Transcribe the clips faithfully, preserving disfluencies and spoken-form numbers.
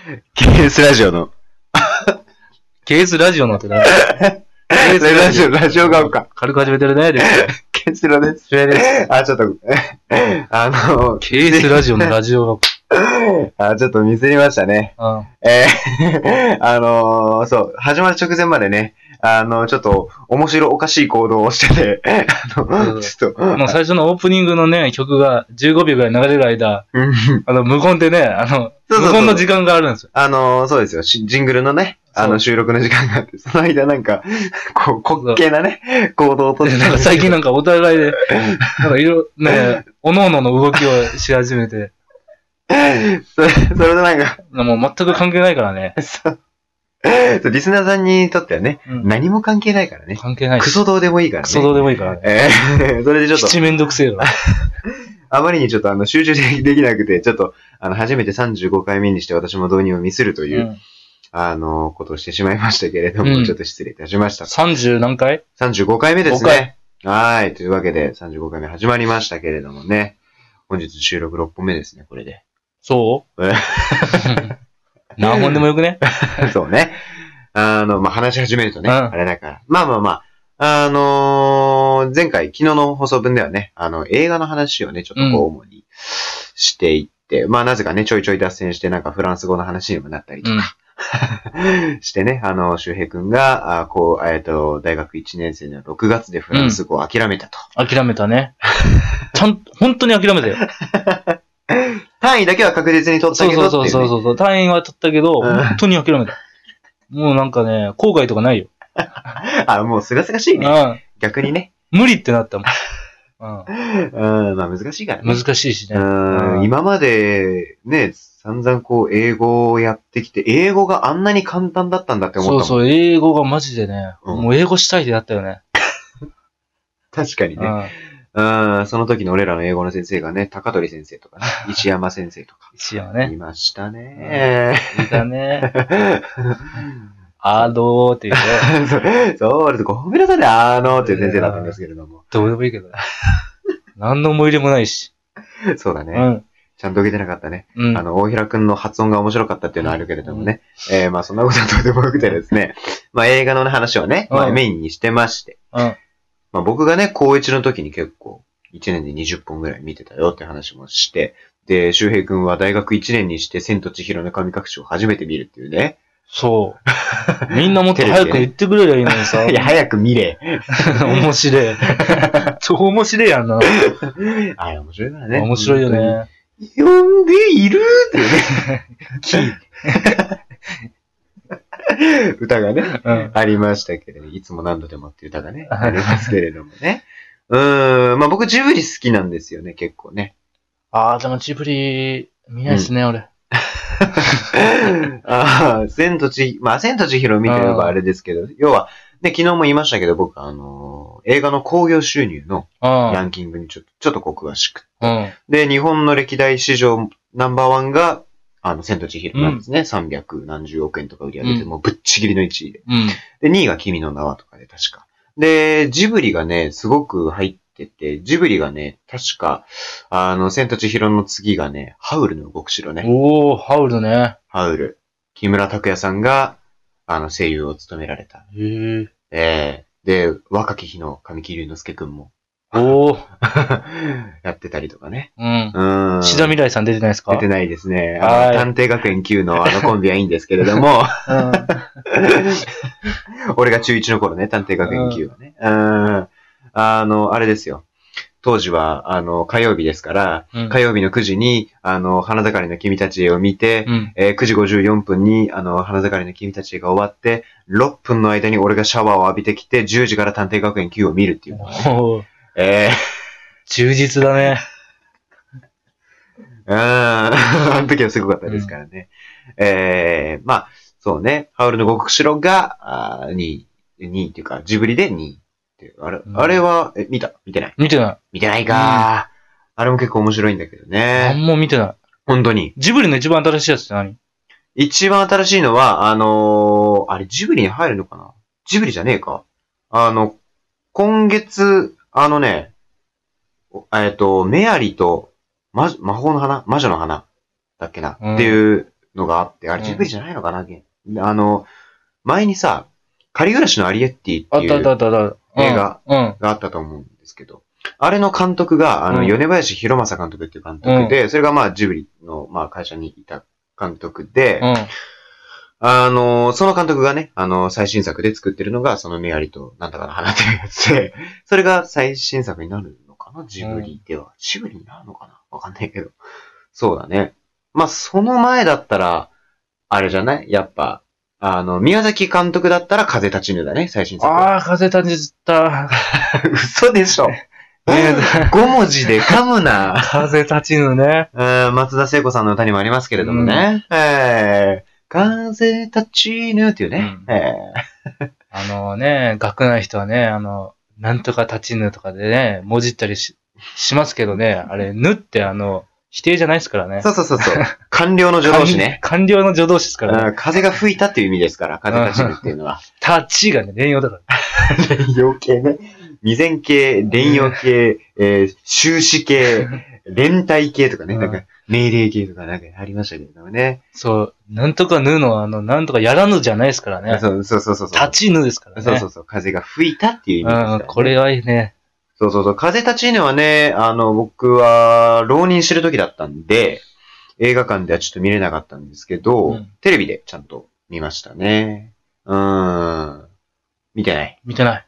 ケーエス ラジオの。 ケーエス ラジオのって何？ ケーエス ラジオ、ラジオ側か。 軽く始めてるね、です。 ケンシロウです。 シュエです。 あ、ちょっと、あの、 ケーエス ラジオのラジオ側。あ、ちょっとミスりましたね。 うん、 えー、あのー、そう、始まる直前までね、あの、ちょっと、面白おかしい行動をしてて、あの、ちょっと。 もう最初のオープニングのね、曲がじゅうごびょうぐらい流れる間、あの、無言でね、あの、そうそうそう無言の時間があるんですよ。 あの、そうですよ。ジングルのね、あの、収録の時間があって、その間なんか、こう、滑稽なね、行動をとってなんか最近なんかお互いで、なんかいろ、ね、おのおのの動きをし始めて。 それ、それでなんか。 もう全く関係ないからね。 そうリスナーさんにとってはね、うん、何も関係ないからね。 関係ない。 クソどうでもいいからね。 クソどうでもいいからね。 えー、それでちょっと。 七めんどくせえよ。 あまりにちょっとあの集中できなくて、ちょっとあの初めてさんじゅうごかいめにして私も導入をミスるという、うん、あの、ことをしてしまいましたけれども、うん、ちょっと失礼いたしました。 さんじゅう何回 ? さんじゅうごかいめですね。はい。というわけでさんじゅうごかいめ始まりましたけれどもね。本日収録ろっぽんめですね、これで。 そう何本でもよくねそうね。あの、まあ、話し始めるとね、うん、あれだから。まあまあまあ、あのー、前回、昨日の放送分ではね、あの、映画の話をね、ちょっとこう、主にしていって、うん、まあ、なぜかね、ちょいちょい脱線して、なんかフランス語の話にもなったりとか、うん、してね、あの、周平くんが、あこう、えっと、大学いちねん生のろくがつでフランス語を諦めたと。 うん、諦めたね。ちゃん、本当に諦めたよ。 単位だけは確実に取ったけど、ね。 そうそうそうそう。単位は取ったけど、本当に諦めた。もうなんかね、後悔とかないよ。 あ、もうすがすがしいね。うん、逆にね。 無理ってなったもん。 うん、うん、まあ難しいからね。 難しいしね。 うん、今までね、散々こう英語をやってきて、英語があんなに簡単だったんだって思ったもん。 そうそう、英語がマジでね、うん、もう英語したいってなったよね。 確かにね。うんうん、その時の俺らの英語の先生がね、高取先生とかね、石山先生とか。 石山ね。 いましたね。 いたね。あーどーっていうね。そう、ごめんなさいね、あーのーっていう先生だったんですけれども。 どうでもいいけどね。何の思い入れもないし。 そうだね。 うん。 ちゃんと受けてなかったね。 うん、 あの、大平くんの発音が面白かったっていうのはあるけれどもね。うん、えー、まあそんなことはどうでもよくてですね。まあ映画の話をね、まあメインにしてまして。 うん。 まあ僕がね、高いちの時に結構、いちねんでにじゅっぽんぐらい見てたよって話もして、で、周平くんは大学いちねんにして千と千尋の神隠しを初めて見るっていうね。 そう。みんなもっと早く言ってくれりゃいいのにさ。 いや、早く見れ。 面白い。超面白いやんな。 あれ面白いからね。 面白いよね。 呼んでいるってね。キー。歌がね、うん、ありましたけれど、いつも何度でもっていう歌がね、ありますけれどもね。うーん、まあ僕ジブリ好きなんですよね、結構ね。 ああ、でもジブリ、見ないですね、うん、俺。 ああ、千と千尋、まあ千と千尋を見てればあれですけど、要は、ね、昨日も言いましたけど、僕あのー、映画の興行収入のランキングにちょっと、ちょっとこう詳しく、 うん。 で、日本の歴代史上ナンバーワンが、あの、千と千尋なんですね。うん、さんびゃくなんじゅうおくえんとか売り上げて、うん、もうぶっちぎりのいちいで。 うん、 で、にいが君の名はとかで確か。で、ジブリがね、すごく入ってて、ジブリがね、確か、あの、千と千尋の次がね、ハウルの動く城ね。 おー、ハウルね。 ハウル。木村拓哉さんが、あの、声優を務められた。 へー。 えー、で、若き日の神木隆之介くんも。 おー。 やってたりとかね。 うん。うん。志田未来さん出てないですか？ 出てないですね。あの、探偵学園 Q のあのコンビはいいんですけれども。うん、俺が中いちの頃ね、探偵学園 Q はね。うん。あの、あれですよ。当時は、あの、火曜日ですから、うん、火曜日のくじに、あの、花盛りの君たちへを見て、うん、えー、くじごじゅうよんぷんに、あの、花盛りの君たちへが終わって、ろっぷんの間に俺がシャワーを浴びてきて、じゅうじから探偵学園 Q を見るっていうの、ね。えー、 充実だね。 うん。あの時はすごかったですからね。うん、えー、まあ、そうね。ハウルの動く城が、にい、にいっていうか、ジブリでにい。あれ、うん、あれは、え、見た見てない見てない。 見てないか、うん、あれも結構面白いんだけどね。 あんま見てない。 本当に。 ジブリの一番新しいやつって何？ 一番新しいのは、あのー、あれジブリに入るのかな？ジブリじゃねえか。あの、今月、あのね、えっと、メアリと、ま、魔法の花魔女の花だっけな、うん、っていうのがあって、あれジブリじゃないのかな、うん、あの、前にさ、仮暮らしのアリエッティっていう映画があったと思うんですけど、あれの監督が、あの、米林博正監督っていう監督で、それがまあジブリのまあ会社にいた監督で、あの、その監督がね、あの、最新作で作ってるのが、そのメアリとなんだかの花っていうやつで、それが最新作になるのかなジブリでは。ジブリになるのかなわかんないけど。そうだね。まあ、その前だったら、あれじゃないやっぱ、あの、宮崎監督だったら風立ちぬだね、最新作。 ああ、風立ちた。 嘘でしょ。ご文字で噛むな。 風立ちぬね。 松田聖子さんの歌にもありますけれどもね。うん、えー風立ちぬっていうね。うんえー、あのね、学内人はね、あの、なんとか立ちぬとかでね、もじったり し, しますけどね、あれ、ぬってあの、否定じゃないですからね。 そうそうそうそう。完了の助動詞ね。 完了の助動詞ですからね。 風が吹いたっていう意味ですから、風立ちぬっていうのは。 立ちがね、連用だから。 連用形ね。未然形、連用形、えー、終止形、連帯形とかね、うん、なんか、命令形とかなんかありましたけれどもね。 そう、なんとかぬの、あの、なんとかやらぬじゃないですからね。 そうそうそうそう。 立ちぬですからね。 そうそうそう。風が吹いたっていう意味ですから、ね。 うん、これはいいね。 そうそうそう。風立ちぬはね、あの、僕は、浪人してる時だったんで、映画館ではちょっと見れなかったんですけど、うん、テレビでちゃんと見ましたね。うーん。見てない。 見てない。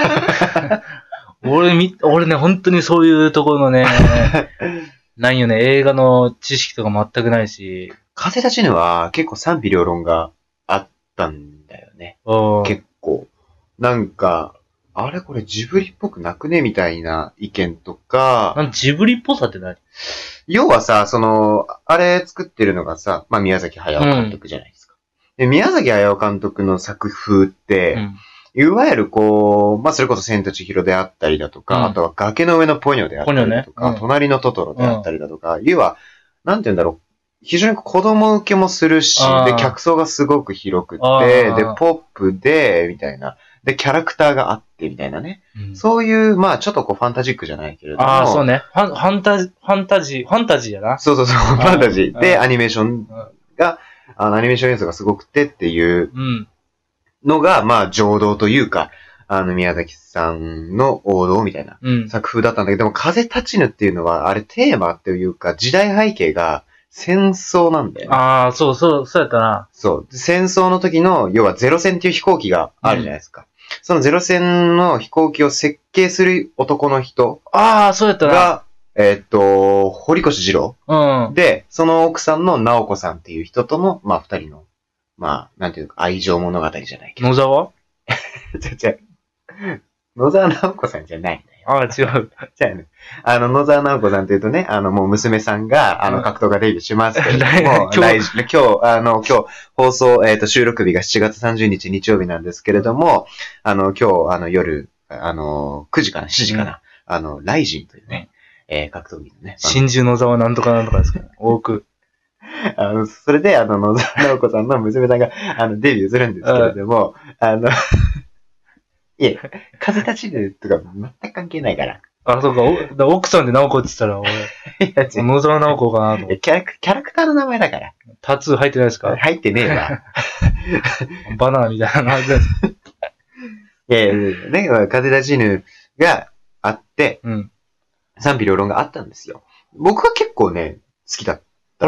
俺み、俺ね、本当にそういうところのね、ないよね、映画の知識とか全くないし。 風立ちぬは結構賛否両論があったんだよね。結構。なんか、あれこれジブリっぽくなくねみたいな意見とか。 なんジブリっぽさって何？ 要はさ、その、あれ作ってるのがさ、まあ宮崎駿監督じゃないですか。うん、で宮崎駿監督の作風って、うんいわゆるこう、まあ、それこそ千と千尋であったりだとか、うん、あとは崖の上のポニョであったりだとか、ねうん、隣のトトロであったりだとか、うん、要は、なんて言うんだろう、非常に子供受けもするし、で、客層がすごく広くて、で、ポップで、みたいな。で、キャラクターがあって、みたいなね。うん、そういう、まあ、ちょっとこう、ファンタジックじゃないけれども。 ああ、そうね。ファン、ファンタジー、ファンタジー、ファンタジーやな。 そうそうそう、ファンタジー。で、アニメーションが、あの、アニメーション要素がすごくてっていう、うんのが、まあ、情動というか、あの、宮崎さんの王道みたいな作風だったんだけど、うん、でも、風立ちぬっていうのは、あれテーマっていうか、時代背景が戦争なんだよね。 ああ、そうそう、そうやったな。 そう。戦争の時の、要はゼロ戦っていう飛行機があるじゃないですか。うん、そのゼロ戦の飛行機を設計する男の人。 ああ、そうやったな。 が、えー、っと、堀越二郎。 うん。 で、その奥さんの直子さんっていう人との、まあ、二人の、まあ、なんていうか、愛情物語じゃないけど。 野沢ちゃちゃ、野沢直子さんじゃないんだよ。 ああ、違う。 じゃあね。あの、野沢直子さんというとね、あの、もう娘さんが、あの、格闘家デビューしますけれども、今日、今日、あの、今日、放送、えっと、収録日がしちがつさんじゅうにち日曜日なんですけれども、あの、今日、あの、夜、あの、くじかな、しちじかな、うん、あの、ライジンというね、えー、格闘技のね。 真珠野沢なんとかなんとかですかね。多く。 あの、それで、あの、野沢直子さんの娘さんが、あの、デビューするんですけれども、あの、いえ、風立ちぬとか全く関係ないから。 あ、そうか、奥さんで直子って言ったら、俺、野沢直子かなと思って。 キャラク、キャラクターの名前だから。 タツー入ってないですか？ 入ってねえわ。 バナナみたいな感じです。 いやいや、ね、風立ちぬがあって、うん、賛否両論があったんですよ。僕は結構ね、好きだった。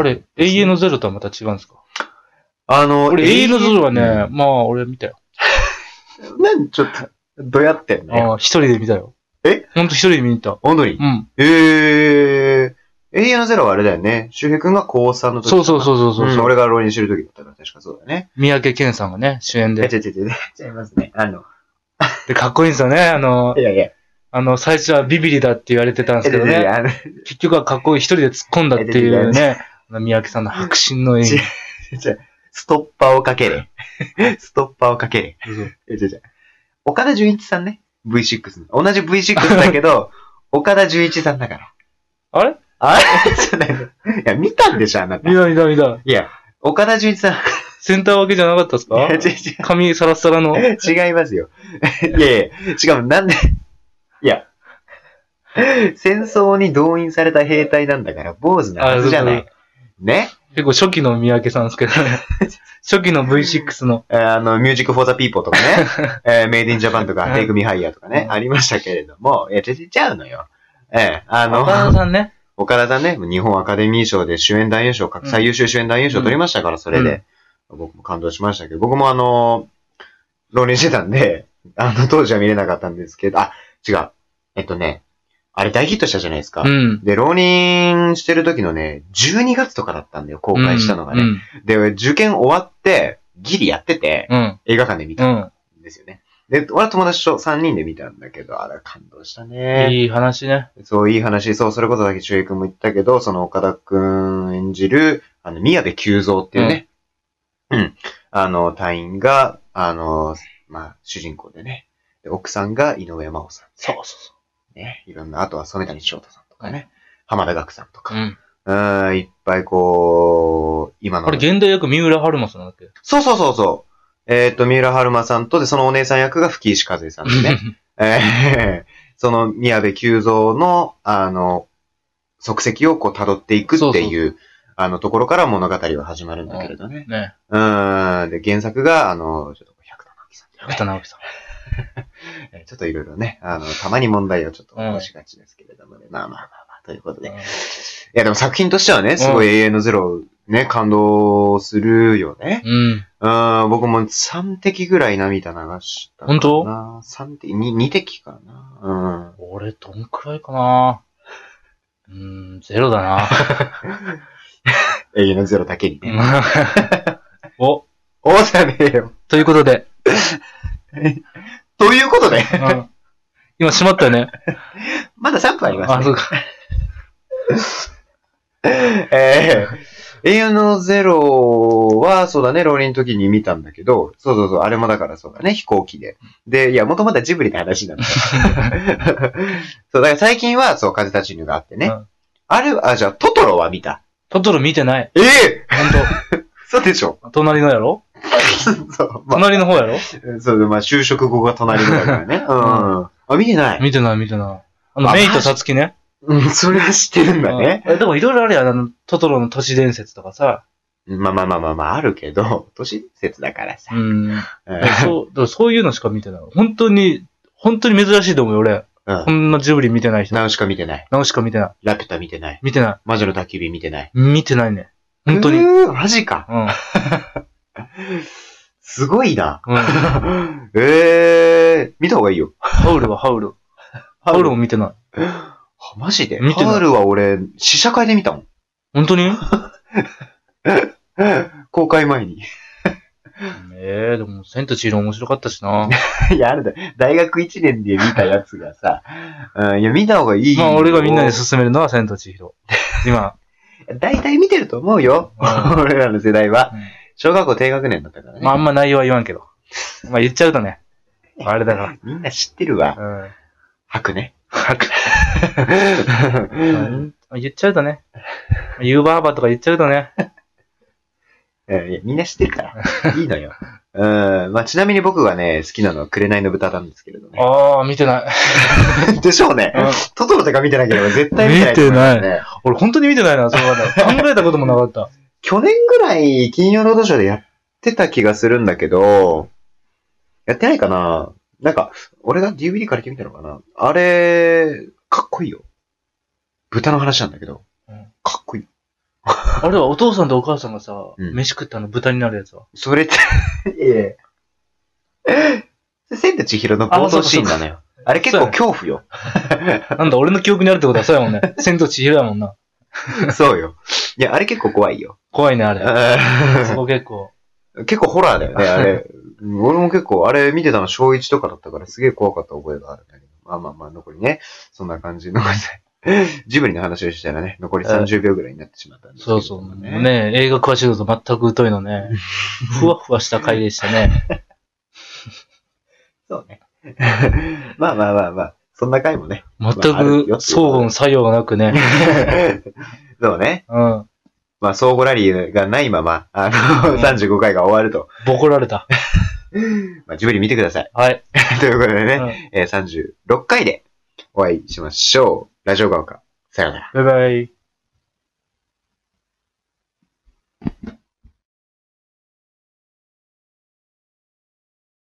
あれ、永遠のゼロとはまた違うんですか？ あの、 俺、永遠のゼロはね、うん、まあ、俺見たよ。 なんちょっと、どうやってんの？ ああ、一人で見たよ。 え？ ほんと一人で見に行った。 本当に？ うん。 えー、永遠のゼロはあれだよね。周平くんが高さんの時。 そうそうそうそうそう、うん。 俺が浪人してる時だったから確かそうだよね。 三宅健さんがね、主演で。 え、ちゃちゃちゃ、ちゃいますね。あの。 で、かっこいいんですよね。あの、 いやいや。 あの、最初はビビリだって言われてたんですけどね。結局はかっこいい一人で突っ込んだっていうね。三宅さんの迫真の演技。 ストッパーをかけれ。ストッパーをかけれ。え、ちゃちゃ。岡田准一さんね。ブイシックス の。同じ ブイシックス だけど、岡田准一さんだから。 あれあれじゃないの。いや、見たんでしょ、あなた。 見た見た見た。 いや、岡田准一さん。 センター分けじゃなかったですか？いや、違う違う。髪サラサラの。 違いますよ。いやいや、しかもなんで、いや、戦争に動員された兵隊なんだから、坊主なはずじゃない。ね。 結構初期の三宅さんですけどね。初期の ブイシックス の。 えー、あの、ミュージックフォーザピーポーとかね、えー、メイディンジャパンとか、テイクミハイヤーとかね、ありましたけれども、いや、全然ちゃうのよ。えー、あの、 岡田さんね。 岡田さんね、日本アカデミー賞で主演男優賞、最優秀主演男優賞取りましたから、それで、うん、僕も感動しましたけど、僕もあの、浪人してたんで、あの、当時は見れなかったんですけど、あ、違う。えっとね、あれ大ヒットしたじゃないですか。うん、で、浪人してる時のね、じゅうにがつとかだったんだよ、公開したのがね。うんうん、で、受験終わって、ギリやってて、うん、映画館で見たんですよね。で、俺は友達とさんにんで見たんだけど、あれ感動したね。 いい話ね。 そう、いい話。そう、それこそだけ周平くんも言ったけど、その岡田くん演じる、あの、宮部久蔵っていうね、うん、うん。あの、隊員が、あの、まあ、主人公でね。で奥さんが井上真央さん。 そうそうそう。 ね。いろんな、あとは染谷翔太さんとかね。浜田岳さんとか。うん。うん、いっぱいこう、今の。 あれ、現代役三浦春馬さんなんだっけ？ そうそうそうそう。えっと、三浦春馬さんと、で、そのお姉さん役が吹石和恵さんでね。えー、その宮部久蔵の、あの、足跡をこう辿っていくっていう、そうそうあの、ところから物語は始まるんだけれどね。ね。うん。で、原作が、あの、ちょっと、百田直樹さん、ね。 百田直樹さん。 ちょっといろいろね、あの、たまに問題をちょっと起こしがちですけれどもね。うん、まあまあまあまあ、ということで。うん、いや、でも作品としてはね、すごい永遠のゼロ、ね、感動するよね。うん。うん、僕もさん滴ぐらい涙流したかな。 本当 ? さん 滴、に、に滴かな。 うん。俺、どんくらいかな。うーん、ゼロだな。 永遠のゼロだけにね。 お。 おじゃねえよ。 ということで。 ということで。 うん、今閉まったよね。 まださんぷんありますね。 あ、そうか。 ええー、永遠のゼロは、そうだね、浪人の時に見たんだけど、そうそうそう、あれもだからそうだね、飛行機で。で、いや、もともとはジブリの話なんだ。そう、だから最近は、そう、風立ちぬがあってね。うん、あれ、あ、じゃあ、トトロは見た？ トトロ見てない。 ええー、ほんと。そうでしょ。 隣のやろそう、まあ、隣の方やろそう、まあ、就職後が隣のだからね。うん。あ、見てない。 見てない、見てない。あの、メイとサツキね。 うん、それは知ってるんだね。 え、でもいろいろあるやん、あの、トトロの都市伝説とかさ。 まあまあまあまあまあ、あるけど、都市伝説だからさ。うん。 そう、そういうのしか見てない。本当に、本当に珍しいと思うよ、俺。うん。こんなジブリ見てない人。 ナウシカ見てない。 ナウシカ見てない。 ラピュタ見てない。 見てない。 魔女の宅急便見てない。 見てないね。本当に。 うー、マジか。うん。すごいな。うん。ええー、見た方がいいよ。 ハウルはハウル。ハウルも見てない。 マジで見てない。ハウルは俺、試写会で見たもん。 本当に公開前に。 ええー、でも、千と千尋面白かったしな。 いや、あるだ。大学いちねんで見たやつがさ、うん、いや、見た方がいいよ。 まあ、俺がみんなに勧めるのは千と千尋。今。 大体見てると思うよ。うん、俺らの世代は。うん、小学校低学年だったからね。 まあ、あんま内容は言わんけど。まあ、言っちゃうとね。あれだから。 みんな知ってるわ。うん。吐くね。吐く。 言っちゃうとね。ユーバーバーとか言っちゃうとね。 いや、みんな知ってるから。いいのよ。うん。まあ、ちなみに僕がね、好きなのは紅の豚なんですけれどね。 ああ、見てない。 でしょうね。うん、トトロとか見てなければ絶対見てない、 ね。見てない。俺本当に見てないな、そうだね。考えたこともなかった。 去年ぐらい金曜ロードショーでやってた気がするんだけど、やってないかな？なんか、俺が ディーブイディー 借りてみたのかな？あれ、かっこいいよ。豚の話なんだけど、うん、かっこいい。 あれはお父さんとお母さんがさ、うん、飯食ったの豚になるやつは。 それって、ええ。千と千尋の冒頭シーンなのよ。あれ結構恐怖よ。 なんだ、俺の記憶にあるってことはそうやもんね。千と千尋やもんな。 そうよ。いや、あれ結構怖いよ。 怖いね、あれ。そこ結構。 結構ホラーだよね、あれ。俺も結構、あれ見てたの小いちとかだったからすげえ怖かった覚えがあるんだけど。まあまあまあ、残りね。そんな感じの。ジブリの話をしたらね、残りさんじゅうびょうぐらいになってしまったんですけど、ね。そうそう。 ね映画詳しいのと全く疎いのね。ふわふわした回でしたね。 そうね。まあまあまあまあ、そんな回もね。 全く相互の作用がなくね。 そうね。うん。まあ、相互ラリーがないまま、あの、うん、さんじゅうごかいが終わると。 ボコられた。 まあ、ジブリ見てください。 はい。 ということでね、うん、えー、さんじゅうろっかいでお会いしましょう。ラジオが丘。さよなら。 バイバイ。